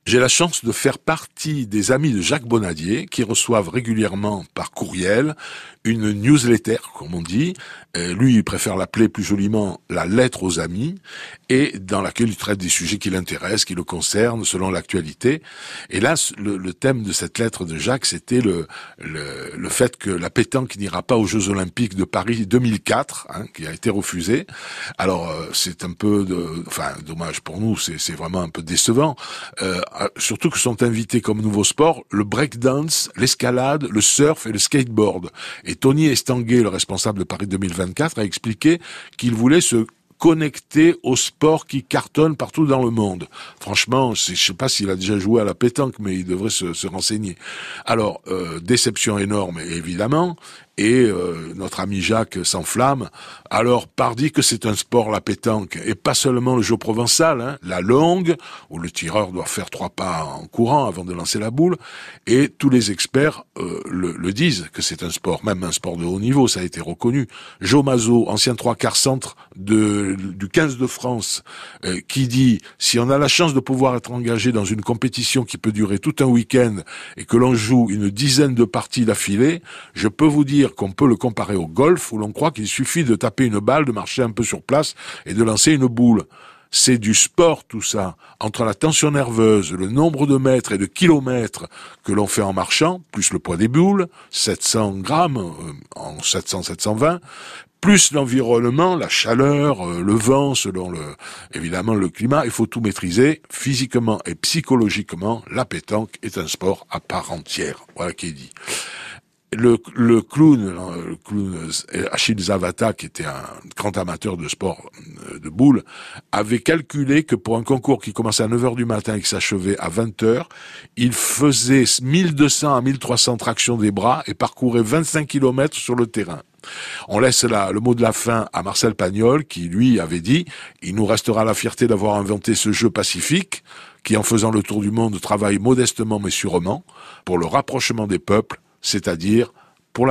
J'ai la chance de faire partie des amis de Jacques Bonadier qui reçoivent régulièrement par courriel une newsletter, comme on dit. Lui, il préfère l'appeler plus joliment la lettre aux amis, et dans laquelle il traite des sujets qui l'intéressent, qui le concernent, selon l'actualité. Et là, le thème de cette lettre de Jacques, c'était le fait que la pétanque n'ira pas aux Jeux Olympiques de Paris 2004, qui a été refusé. Alors, c'est un peu dommage pour nous, c'est vraiment un peu décevant. Surtout que sont invités comme nouveaux sports le breakdance, l'escalade, le surf et le skateboard. Et Tony Estanguet, le responsable de Paris 2024, a expliqué qu'il voulait se connecté au sport qui cartonne partout dans le monde. Franchement, je sais pas s'il a déjà joué à la pétanque, mais il devrait se renseigner. Alors, déception énorme, évidemment, et notre ami Jacques s'enflamme. Alors, pardi que c'est un sport, la pétanque, et pas seulement le jeu provençal, la longue, où le tireur doit faire 3 pas en courant avant de lancer la boule, et tous les experts le disent que c'est un sport, même un sport de haut niveau, ça a été reconnu. Joe Mazot, ancien 3/4 centre du 15 de France, qui dit, si on a la chance de pouvoir être engagé dans une compétition qui peut durer tout un week-end et que l'on joue une dizaine de parties d'affilée, je peux vous dire qu'on peut le comparer au golf où l'on croit qu'il suffit de taper une balle, de marcher un peu sur place et de lancer une boule. C'est du sport tout ça, entre la tension nerveuse, le nombre de mètres et de kilomètres que l'on fait en marchant, plus le poids des boules, 700 grammes en 700-720, plus l'environnement, la chaleur, le vent, selon évidemment le climat, il faut tout maîtriser. Physiquement et psychologiquement, la pétanque est un sport à part entière. Voilà qui est dit. Le clown Achille Zavata, qui était un grand amateur de sport de boules, avait calculé que pour un concours qui commençait à 9h du matin et qui s'achevait à 20h, il faisait 1200 à 1300 tractions des bras et parcourait 25 km sur le terrain. On laisse le mot de la fin à Marcel Pagnol, qui lui avait dit « Il nous restera la fierté d'avoir inventé ce jeu pacifique, qui en faisant le tour du monde travaille modestement mais sûrement pour le rapprochement des peuples, c'est-à-dire pour la paix. »